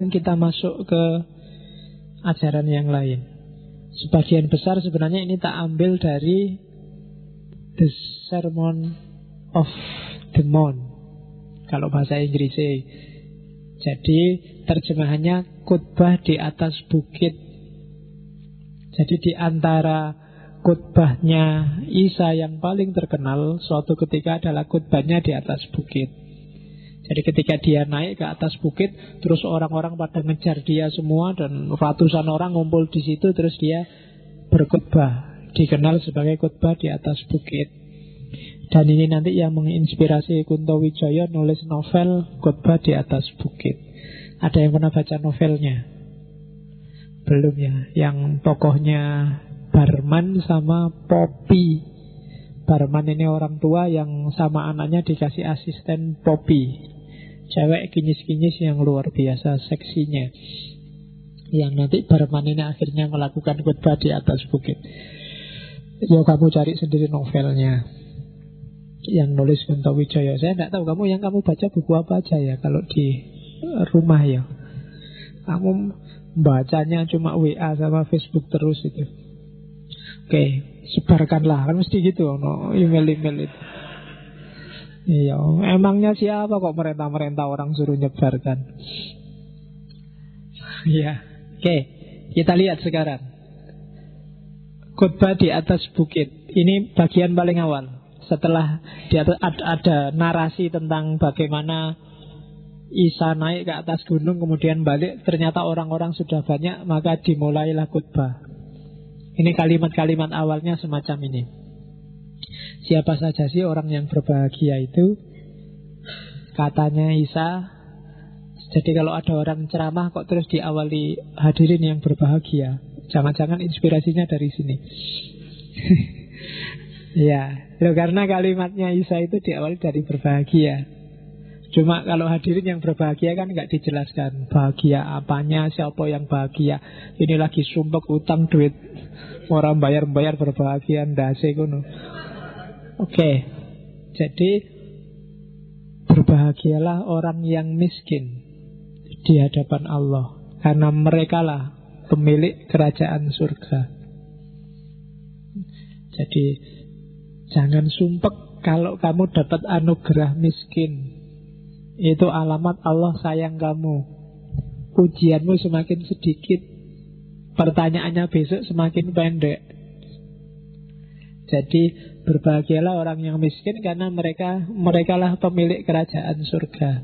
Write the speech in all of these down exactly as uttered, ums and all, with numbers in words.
kita masuk ke ajaran yang lain. Sebagian besar sebenarnya ini tak ambil dari The Sermon of the Mount, kalau bahasa Inggrisnya. Jadi terjemahannya khotbah di atas bukit. Jadi di antara khotbahnya Isa yang paling terkenal suatu ketika adalah khotbahnya di atas bukit. Jadi ketika dia naik ke atas bukit, terus orang-orang pada ngejar dia semua, dan ratusan orang ngumpul di situ, terus dia berkhotbah, dikenal sebagai khotbah di atas bukit. Dan ini nanti yang menginspirasi Kunto Wijoyo nulis novel Khotbah di Atas Bukit. Ada yang pernah baca novelnya? Belum ya? Yang tokohnya Barman sama Poppy. Barman ini orang tua yang sama anaknya dikasih asisten Poppy, cewek kinyis-kinyis yang luar biasa seksinya, yang nanti Barman ini akhirnya melakukan khotbah di atas bukit. Yo, kamu cari sendiri novelnya. Yang nulis Kunto Wijoyo. Saya tidak tahu kamu yang kamu baca buku apa aja ya kalau di rumah ya. Kamu bacanya cuma W A sama Facebook terus itu. Oke, sebarkanlah. Kan mesti gitu, no email-email itu. Iya, emangnya siapa kok merintah-merintah orang suruh nyebarkan? Iya. Oke, kita lihat sekarang khotbah di atas bukit. Ini bagian paling awal. Setelah di atas ada, ada narasi tentang bagaimana Isa naik ke atas gunung kemudian balik, ternyata orang-orang sudah banyak, maka dimulailah khotbah. Ini kalimat-kalimat awalnya semacam ini. Siapa saja sih orang yang berbahagia itu? Katanya Isa. Jadi kalau ada orang ceramah kok terus diawali hadirin yang berbahagia, jangan-jangan inspirasinya dari sini. Ya, loh, karena kalimatnya Isa itu diawali dari berbahagia. Cuma kalau hadirin yang berbahagia kan nggak dijelaskan bahagia apanya, siapa yang bahagia. Ini lagi sumpek utang duit, orang bayar-bayar berbahagia ndase kono. Oke, jadi berbahagialah orang yang miskin di hadapan Allah, karena merekalah pemilik kerajaan surga. Jadi jangan sumpek kalau kamu dapat anugerah miskin. Itu alamat Allah sayang kamu. Ujianmu semakin sedikit, pertanyaannya besok semakin pendek. Jadi berbahagialah orang yang miskin, karena mereka merekalah pemilik kerajaan surga.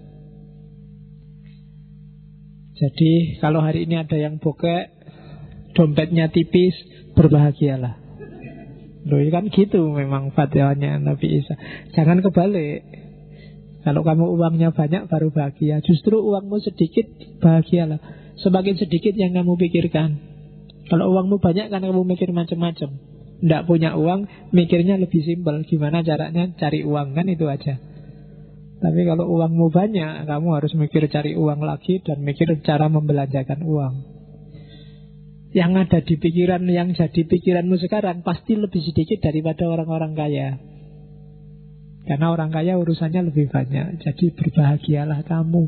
Jadi kalau hari ini ada yang bokek, dompetnya tipis, berbahagialah. Loh, kan gitu memang fatwanya Nabi Isa. Jangan kebalik. Kalau kamu uangnya banyak baru bahagia. Justru uangmu sedikit, bahagialah. Semakin sedikit yang kamu pikirkan. Kalau uangmu banyak kan kamu mikir macam-macam. Tidak punya uang, mikirnya lebih simpel. Gimana caranya cari uang, kan itu aja. Tapi kalau uangmu banyak, kamu harus mikir cari uang lagi dan mikir cara membelanjakan uang. Yang ada di pikiran, yang jadi pikiranmu sekarang pasti lebih sedikit daripada orang-orang kaya. Karena orang kaya urusannya lebih banyak. Jadi berbahagialah kamu.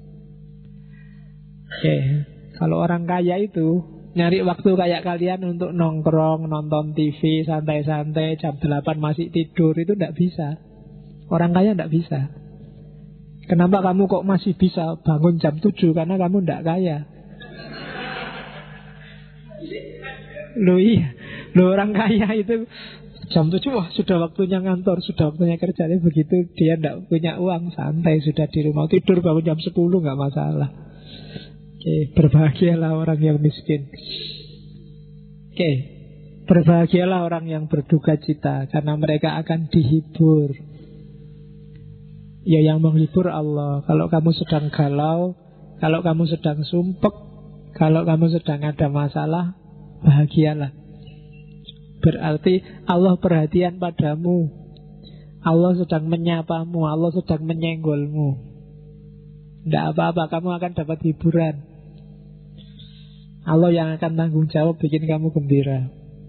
Oke, kalau orang kaya itu nyari waktu kayak kalian untuk nongkrong, nonton T V, santai-santai, jam delapan masih tidur, itu tidak bisa. Orang kaya tidak bisa. Kenapa kamu kok masih bisa bangun jam tujuh? Karena kamu tidak kaya. Loh iya, loh orang kaya itu jam tujuh, wah sudah waktunya ngantor, sudah waktunya kerja. Begitu dia tidak punya uang, santai sudah di rumah, tidur bangun jam sepuluh nggak masalah. Oke, berbahagialah orang yang miskin. Oke, berbahagialah orang yang berduka cita, karena mereka akan dihibur. Ya, yang menghibur Allah. Kalau kamu sedang galau, kalau kamu sedang sumpek, kalau kamu sedang ada masalah, bahagialah. Berarti Allah perhatian padamu. Allah sedang menyapamu, Allah sedang menyenggolmu. Tidak apa-apa, kamu akan dapat hiburan. Allah yang akan tanggung jawab bikin kamu gembira.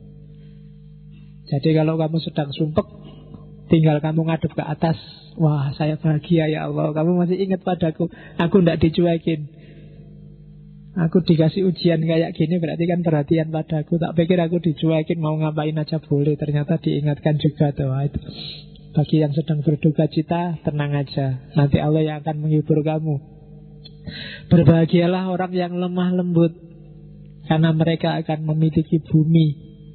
Jadi kalau kamu sedang sumpek, tinggal kamu ngadep ke atas. Wah, saya bahagia ya Allah, kamu masih ingat padaku, aku tidak dicuekin. Aku dikasih ujian kayak gini berarti kan perhatian padaku. Tak pikir aku dicuekin, mau ngapain aja boleh. Ternyata diingatkan juga tuh. Itu. Bagi yang sedang berduka cita, tenang aja. Nanti Allah yang akan menghibur kamu. Berbahagialah orang yang lemah lembut, karena mereka akan memiliki bumi.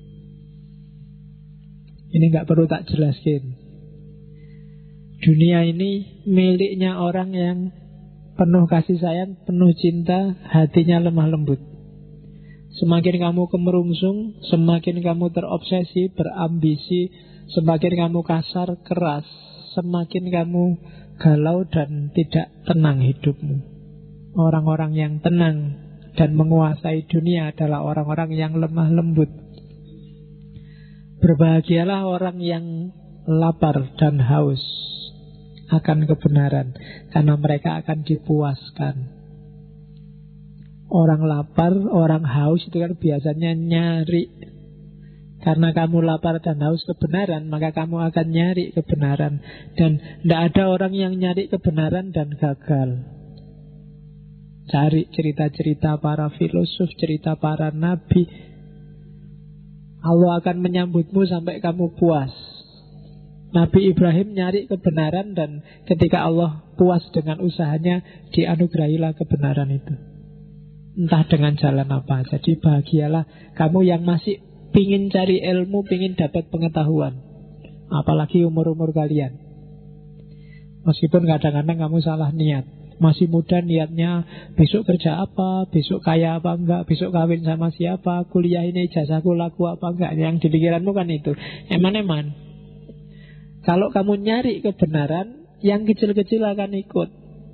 Ini gak perlu tak jelaskan. Dunia ini miliknya orang yang penuh kasih sayang, penuh cinta, hatinya lemah lembut. Semakin kamu kemerungsung, semakin kamu terobsesi, berambisi, semakin kamu kasar, keras, semakin kamu galau dan tidak tenang hidupmu. Orang-orang yang tenang dan menguasai dunia adalah orang-orang yang lemah lembut. Berbahagialah orang yang lapar dan haus akan kebenaran, karena mereka akan dipuaskan. Orang lapar, orang haus itu kan biasanya nyari. Karena kamu lapar dan haus kebenaran, maka kamu akan nyari kebenaran. Dan tidak ada orang yang nyari kebenaran dan gagal. Cari cerita-cerita para filosof, cerita para nabi, Allah akan menyambutmu sampai kamu puas. Nabi Ibrahim nyari kebenaran, dan ketika Allah puas dengan usahanya, dianugerahilah kebenaran itu. Entah dengan jalan apa. Jadi bahagialah kamu yang masih pingin cari ilmu, pingin dapat pengetahuan. Apalagi umur-umur kalian. Meskipun kadang-kadang kamu salah niat. Masih muda niatnya besok kerja apa, besok kaya apa enggak, besok kawin sama siapa, kuliah ini ijazahku laku apa enggak. Yang di pikiranmu kan itu. Eman-eman. Kalau kamu nyari kebenaran, yang kecil-kecil akan ikut.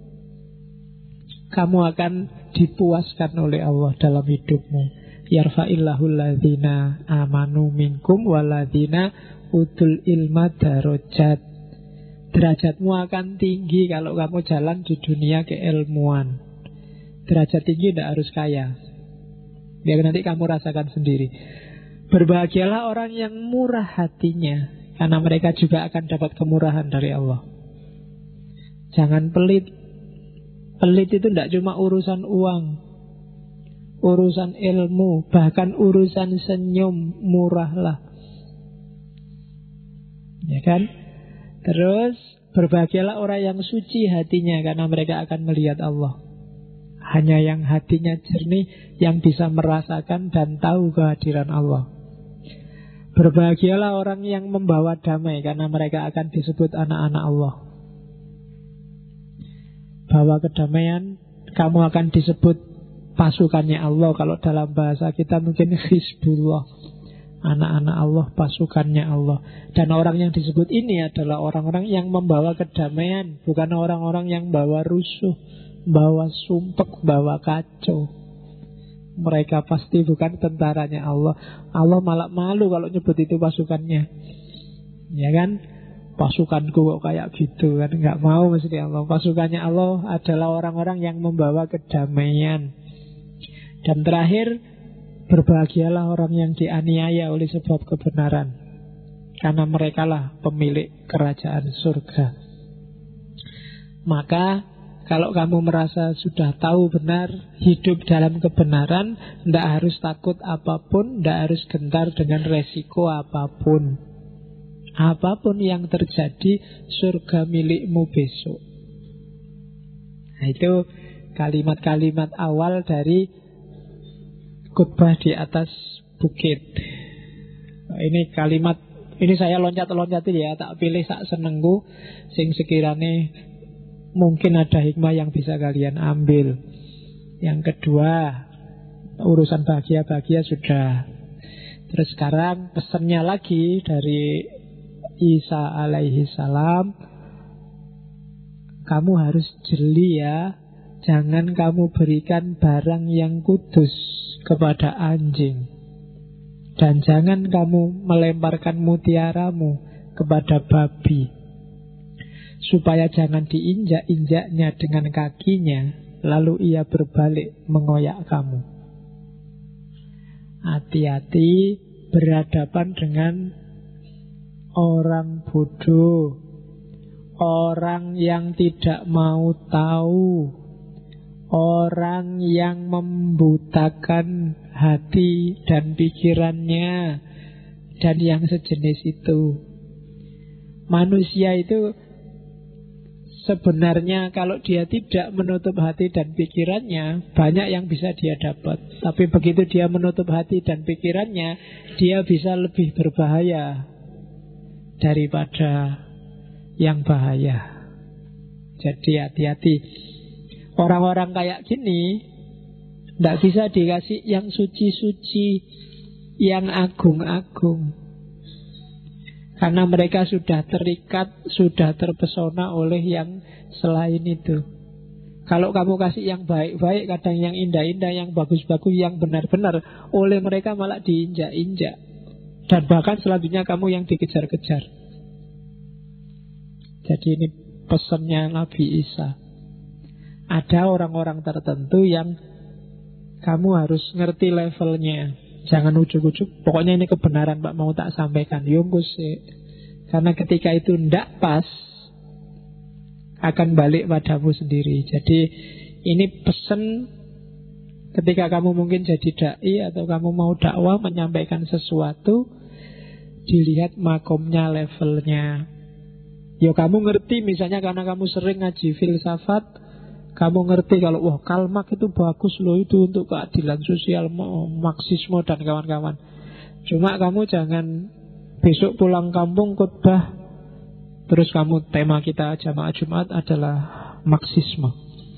Kamu akan dipuaskan oleh Allah dalam hidupmu. Yarfa'illahu alladzina amanu minkum waladzina utul ilma darajat. Derajatmu akan tinggi kalau kamu jalan di dunia keilmuan. Derajat tinggi tidak harus kaya. Biar nanti kamu rasakan sendiri. Berbahagialah orang yang murah hatinya, karena mereka juga akan dapat kemurahan dari Allah. Jangan pelit. Pelit itu tidak cuma urusan uang, urusan ilmu, bahkan urusan senyum, murahlah. Ya kan? Terus berbahagialah orang yang suci hatinya, karena mereka akan melihat Allah. Hanya yang hatinya jernih yang bisa merasakan dan tahu kehadiran Allah. Berbahagialah orang yang membawa damai, karena mereka akan disebut anak-anak Allah. Bawa kedamaian, kamu akan disebut pasukannya Allah. Kalau dalam bahasa kita mungkin Hizbullah, anak-anak Allah, pasukannya Allah. Dan orang yang disebut ini adalah orang-orang yang membawa kedamaian, bukan orang-orang yang bawa rusuh, bawa sumpek, bawa kacau. Mereka pasti bukan tentaranya Allah. Allah malah malu kalau nyebut itu pasukannya. Ya kan? Pasukanku kok kayak gitu kan. Nggak mau mesti Allah. Pasukannya Allah adalah orang-orang yang membawa kedamaian. Dan terakhir, berbahagialah orang yang dianiaya oleh sebab kebenaran, karena merekalah pemilik kerajaan surga. Maka kalau kamu merasa sudah tahu benar, hidup dalam kebenaran, tidak harus takut apapun, tidak harus gentar dengan resiko apapun. Apapun yang terjadi, surga milikmu besok. Nah, itu kalimat-kalimat awal dari khutbah di atas bukit. Nah, ini kalimat, ini saya loncat-loncatin ya, tak pilih sak senengku, sing sekirane mungkin ada hikmah yang bisa kalian ambil. Yang kedua, urusan bahagia-bahagia sudah. Terus sekarang pesannya lagi dari Isa alaihi salam, kamu harus jeli ya. Jangan kamu berikan barang yang kudus kepada anjing, dan jangan kamu melemparkan mutiaramu kepada babi, supaya jangan diinjak-injaknya dengan kakinya, lalu ia berbalik mengoyak kamu. Hati-hati berhadapan dengan orang bodoh, orang yang tidak mau tahu, orang yang membutakan hati dan pikirannya, dan yang sejenis itu. Manusia itu sebenarnya kalau dia tidak menutup hati dan pikirannya, banyak yang bisa dia dapat. Tapi begitu dia menutup hati dan pikirannya, dia bisa lebih berbahaya daripada yang bahaya. Jadi hati-hati. Orang-orang kayak gini tidak bisa dikasih yang suci-suci, yang agung-agung, karena mereka sudah terikat, sudah terpesona oleh yang selain itu. Kalau kamu kasih yang baik-baik, kadang yang indah-indah, yang bagus-bagus, yang benar-benar, oleh mereka malah diinjak-injak. Dan bahkan selanjutnya kamu yang dikejar-kejar. Jadi ini pesannya Nabi Isa. Ada orang-orang tertentu yang kamu harus ngerti levelnya. Jangan ujuk-ujuk, pokoknya ini kebenaran Pak, mau tak sampaikan. Yungkus sih. Karena ketika itu ndak pas, akan balik padamu sendiri. Jadi ini pesan ketika kamu mungkin jadi dai atau kamu mau dakwah menyampaikan sesuatu, dilihat makomnya, levelnya. Yo kamu ngerti misalnya karena kamu sering ngaji filsafat, kamu ngerti kalau wah Karl Marx itu bagus loh, itu untuk keadilan sosial, Marxisme dan kawan-kawan. Cuma kamu jangan besok pulang kampung khotbah terus kamu tema kita jamaah Jumat adalah Marxisme.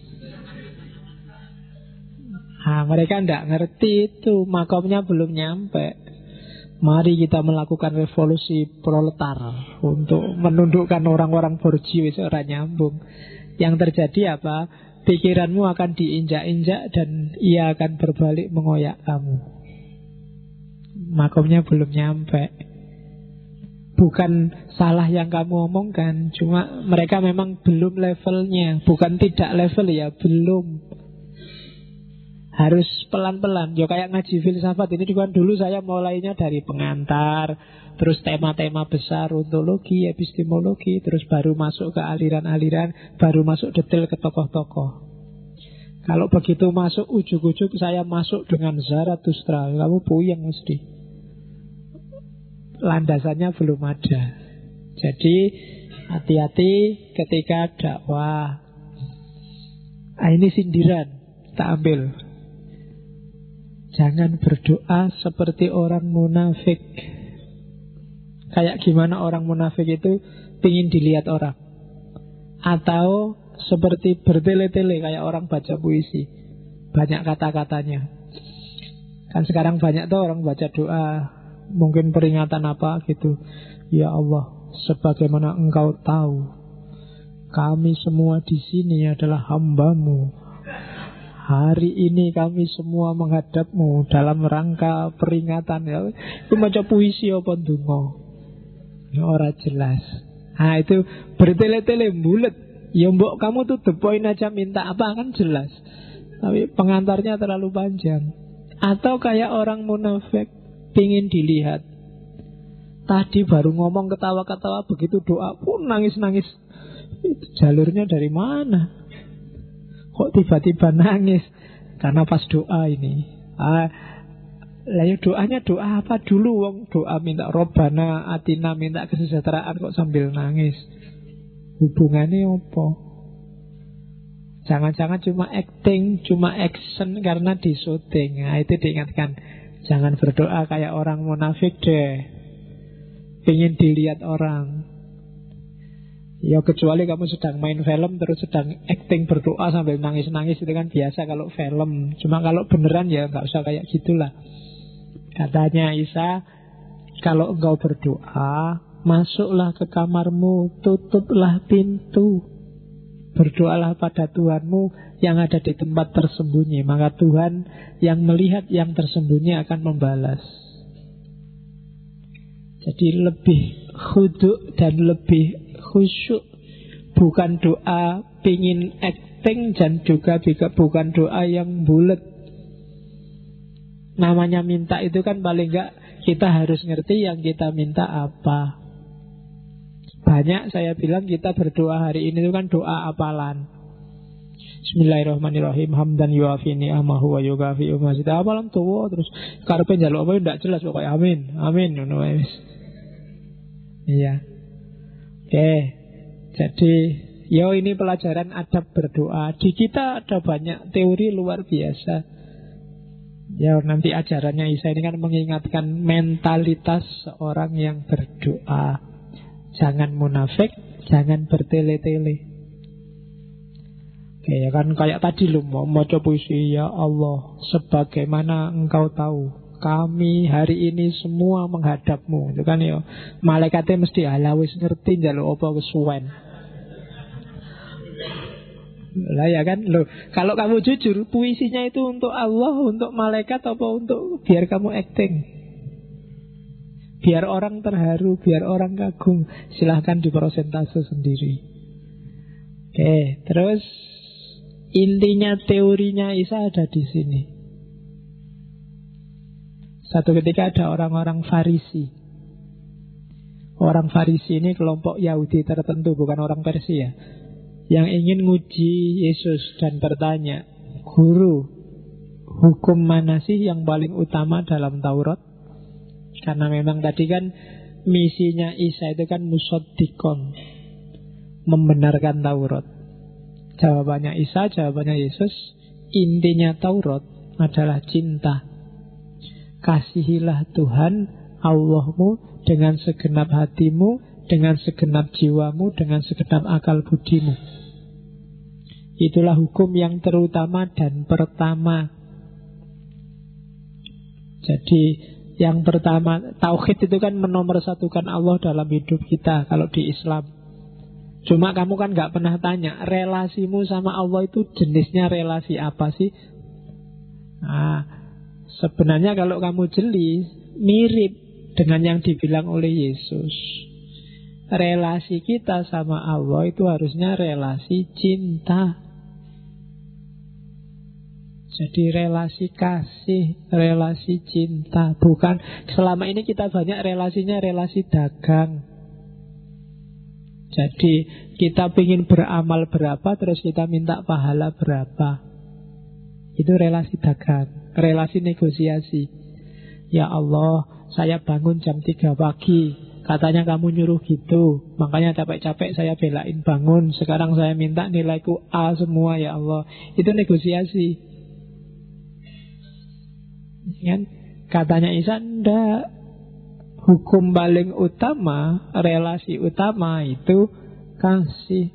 Nah, mereka tidak ngerti itu, makomnya belum nyampe. Mari kita melakukan revolusi proletar untuk menundukkan orang-orang borjuis, orang nyambung. Yang terjadi apa? Pikiranmu akan diinjak-injak dan ia akan berbalik mengoyak kamu. Makomnya belum nyampe. Bukan salah yang kamu omongkan, cuma mereka memang belum levelnya. Bukan tidak level ya, belum. Harus pelan-pelan. Ya kayak ngaji filsafat ini juga dulu saya mulainya dari pengantar, terus tema-tema besar, ontologi, epistemologi, terus baru masuk ke aliran-aliran, baru masuk detail ke tokoh-tokoh. Kalau begitu masuk ujuk-ujuk saya masuk dengan Zarathustra, kamu puyeng mesti. Landasannya belum ada. Jadi hati-hati ketika dakwah. Ah, ini sindiran, tak ambil. Jangan berdoa seperti orang munafik. Kayak gimana orang munafik itu pingin dilihat orang. Atau seperti bertele-tele kayak orang baca puisi, banyak kata-katanya. Kan sekarang banyak tuh orang baca doa, mungkin peringatan apa gitu. Ya Allah, sebagaimana Engkau tahu, kami semua di sini adalah hamba-Mu. Hari ini kami semua menghadap-Mu dalam rangka peringatan. Ya, itu baca puisi apa ndonga? Ya ora jelas. Nah itu bertele-tele bulet. Ya mbok kamu tuh the point aja minta apa kan jelas. Tapi pengantarnya terlalu panjang. Atau kayak orang munafik pingin dilihat. Tadi baru ngomong ketawa-ketawa, begitu doa pun nangis-nangis. Itu jalurnya dari mana? Kok tiba-tiba nangis? Karena pas doa ini. Ah, Lalu doanya doa apa dulu? Wong doa minta Robbana atina, minta kesejahteraan kok sambil nangis. Hubungannya apa? Jangan-jangan cuma acting, cuma action karena disuting. Nah itu diingatkan. Jangan berdoa kayak orang munafik deh. Pengen dilihat orang. Ya kecuali kamu sedang main film terus sedang acting berdoa sambil nangis-nangis, itu kan biasa kalau film. Cuma kalau beneran ya gak usah kayak gitulah. Katanya Isa, kalau engkau berdoa, masuklah ke kamarmu, tutuplah pintu, berdoalah pada Tuhanmu yang ada di tempat tersembunyi. Maka Tuhan yang melihat yang tersembunyi akan membalas. Jadi lebih khudu dan lebih khusyuk. Bukan doa pingin acting, dan juga bukan doa yang bulat. Namanya minta itu kan paling enggak kita harus ngerti yang kita minta apa. Banyak saya bilang kita berdoa hari ini itu kan doa apalan. Bismillahirrahmanirrahim. Hamdan yuafi ni'amahu wa yukafi umazida. Apalan tuwa terus karepe njaluk apa ndak jelas pokoknya amin. Amin ngono wis. Iya. Oke. Jadi, yo ini pelajaran adab berdoa. Di kita ada banyak teori luar biasa. Ya nanti ajarannya Isa ini kan mengingatkan mentalitas seorang yang berdoa. Jangan munafik, jangan bertele-tele. Ya kan kayak tadi lu mau maca puisi, ya Allah, sebagaimana engkau tahu kami hari ini semua menghadapmu. Itu kan ya malaikatnya mesti ala wis ngerti njaluk apa kesuwen. Lah ya kan lo, kalau kamu jujur puisinya itu untuk Allah, untuk malaikat apa untuk biar kamu acting? Biar orang terharu, biar orang kagum. Silahkan diprosentase sendiri. Oke, terus intinya teorinya Isa ada di sini. Satu ketika ada orang-orang Farisi. Orang Farisi ini kelompok Yahudi tertentu, bukan orang Persia, yang ingin nguji Yesus dan bertanya, Guru, hukum mana sih yang paling utama dalam Taurat? Karena memang tadi kan misinya Isa itu kan musaddiqon, membenarkan Taurat. Jawabannya Isa, jawabannya Yesus, intinya Taurat adalah cinta. Kasihilah Tuhan Allahmu dengan segenap hatimu, dengan segenap jiwamu, dengan segenap akal budimu. Itulah hukum yang terutama dan pertama. Jadi yang pertama, tauhid itu kan menomorsatukan Allah dalam hidup kita kalau di Islam. Cuma kamu kan gak pernah tanya, relasimu sama Allah itu jenisnya relasi apa sih? Nah, sebenarnya kalau kamu jeli, mirip dengan yang dibilang oleh Yesus. Relasi kita sama Allah itu harusnya relasi cinta. Jadi relasi kasih, relasi cinta. Bukan, selama ini kita banyak relasinya relasi dagang. Jadi kita ingin beramal berapa, terus kita minta pahala berapa. Itu relasi dagang, relasi negosiasi. Ya Allah, saya bangun jam tiga pagi, katanya kamu nyuruh gitu, makanya capek-capek saya belain bangun. Sekarang saya minta nilaiku A semua ya Allah. Itu negosiasi. Kan? Katanya Isa, enggak. Hukum paling utama, relasi utama itu kasih.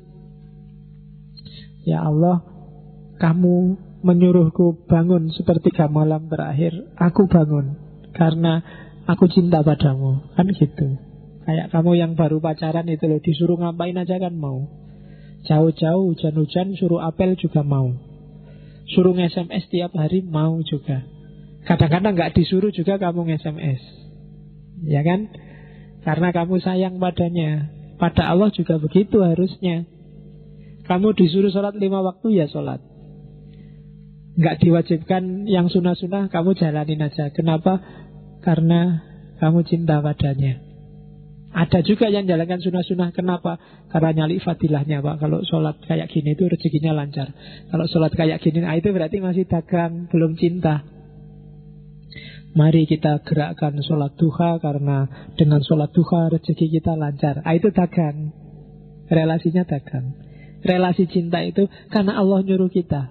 Ya Allah, kamu menyuruhku bangun sepertiga malam terakhir, aku bangun karena aku cinta padamu. Kan gitu. Kayak kamu yang baru pacaran itu loh, disuruh ngapain aja kan mau. Jauh-jauh hujan-hujan suruh apel juga mau. Suruh nge-S M S tiap hari mau juga. Kadang-kadang gak disuruh juga kamu nge-S M S. Ya kan? Karena kamu sayang padanya. Pada Allah juga begitu harusnya. Kamu disuruh sholat lima waktu ya sholat. Nggak diwajibkan yang sunah-sunah, kamu jalanin aja. Kenapa? Karena kamu cinta padanya. Ada juga yang jalankan sunah-sunah. Kenapa? Karena nyali fadilahnya Pak. Kalau sholat kayak gini itu rezekinya lancar. Kalau sholat kayak gini, nah itu berarti masih dagang, belum cinta. Mari kita gerakkan sholat duha, karena dengan sholat duha rezeki kita lancar. Ah, itu dagang. Relasinya dagang. Relasi cinta itu karena Allah nyuruh kita.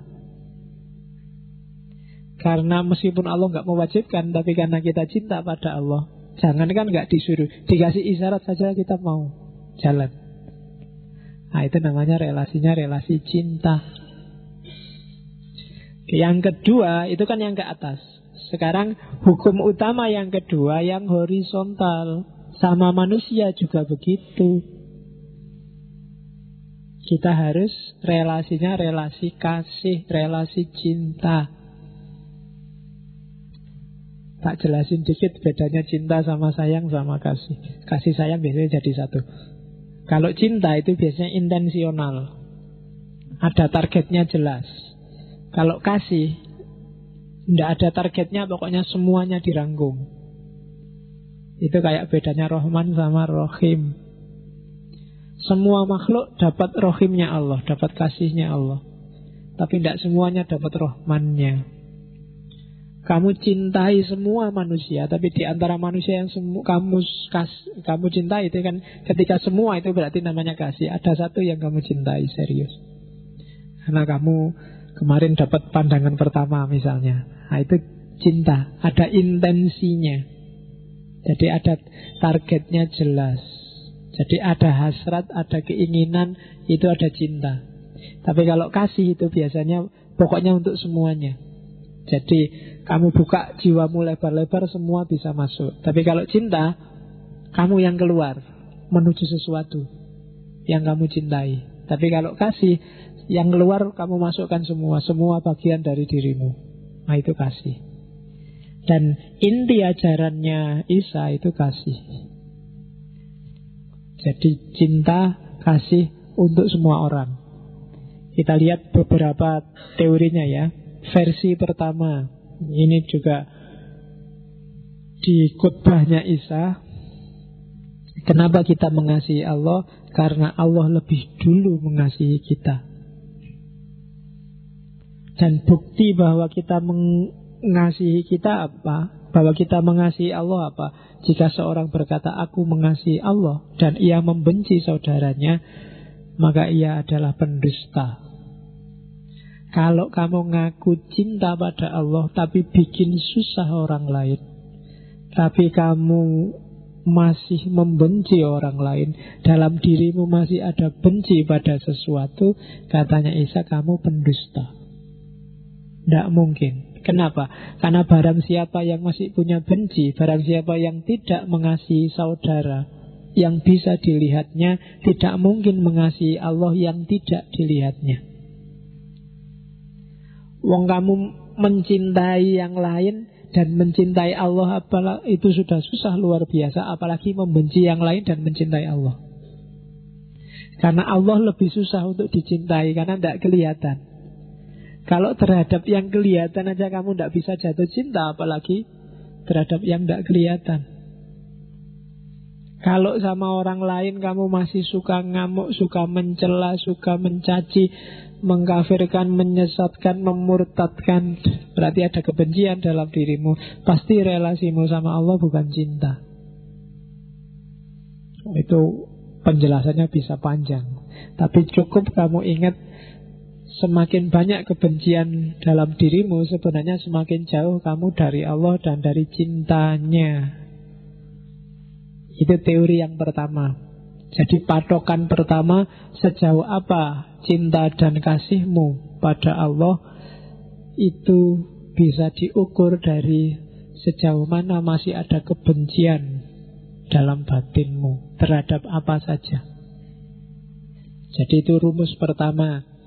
Karena meskipun Allah nggak mewajibkan, tapi karena kita cinta pada Allah. Jangan kan nggak disuruh, dikasih isyarat saja kita mau jalan. Nah itu namanya relasinya relasi cinta. Yang kedua itu kan yang ke atas. Sekarang hukum utama yang kedua, yang horizontal. Sama manusia juga begitu. Kita harus relasinya relasi kasih, relasi cinta. Tak jelasin dikit bedanya cinta sama sayang sama kasih. Kasih sayang biasanya jadi satu. Kalau cinta itu biasanya intensional, ada targetnya jelas. Kalau kasih tidak ada targetnya, pokoknya semuanya dirangkum. Itu kayak bedanya Rahman sama Rahim. Semua makhluk dapat Rahimnya Allah, dapat kasihnya Allah. tapi tidak semuanya dapat rahmannya. Kamu cintai semua manusia, tapi di antara manusia yang semu, kamu kas, kamu cintai itu kan, ketika semua itu berarti namanya kasih. Ada satu yang kamu cintai serius, karena kamu kemarin dapat pandangan pertama misalnya. Nah itu cinta, ada intensinya. Jadi ada targetnya jelas. Jadi ada hasrat, ada keinginan, itu ada cinta. Tapi kalau kasih itu biasanya pokoknya untuk semuanya. Jadi kamu buka jiwamu lebar-lebar, semua bisa masuk. Tapi kalau cinta, kamu yang keluar menuju sesuatu yang kamu cintai. Tapi kalau kasih, yang keluar kamu masukkan semua, semua bagian dari dirimu. Nah itu kasih. Dan inti ajarannya Isa itu kasih. Jadi cinta, kasih untuk semua orang. Kita lihat beberapa teorinya ya. Versi pertama, ini juga di khotbahnya Isa. Kenapa kita mengasihi Allah? Karena Allah lebih dulu mengasihi kita. Dan bukti bahwa kita mengasihi kita apa? Bahwa kita mengasihi Allah apa? Jika seorang berkata aku mengasihi Allah dan ia membenci saudaranya, maka ia adalah pendusta. Kalau kamu ngaku cinta pada Allah tapi bikin susah orang lain, tapi kamu masih membenci orang lain, dalam dirimu masih ada benci pada sesuatu, katanya Isa, kamu pendusta. Tidak mungkin. Kenapa? Karena barang siapa yang masih punya benci, barang siapa yang tidak mengasihi saudara yang bisa dilihatnya, tidak mungkin mengasihi Allah yang tidak dilihatnya. Wong kamu mencintai yang lain dan mencintai Allah apalah, itu sudah susah luar biasa, apalagi membenci yang lain dan mencintai Allah. Karena Allah lebih susah untuk dicintai karena tidak kelihatan. Kalau terhadap yang kelihatan aja kamu tidak bisa jatuh cinta, apalagi terhadap yang tidak kelihatan. Kalau sama orang lain kamu masih suka ngamuk, suka mencela, suka mencaci, mengkafirkan, menyesatkan, memurtadkan, berarti ada kebencian dalam dirimu. Pasti relasimu sama Allah bukan cinta. Itu penjelasannya bisa panjang, tapi cukup kamu ingat, semakin banyak kebencian dalam dirimu, sebenarnya semakin jauh kamu dari Allah dan dari cintanya. Itu teori yang pertama. Jadi patokan pertama, sejauh apa cinta dan kasihmu pada Allah, itu bisa diukur dari sejauh mana masih ada kebencian dalam batinmu terhadap apa saja. Jadi itu rumus pertama.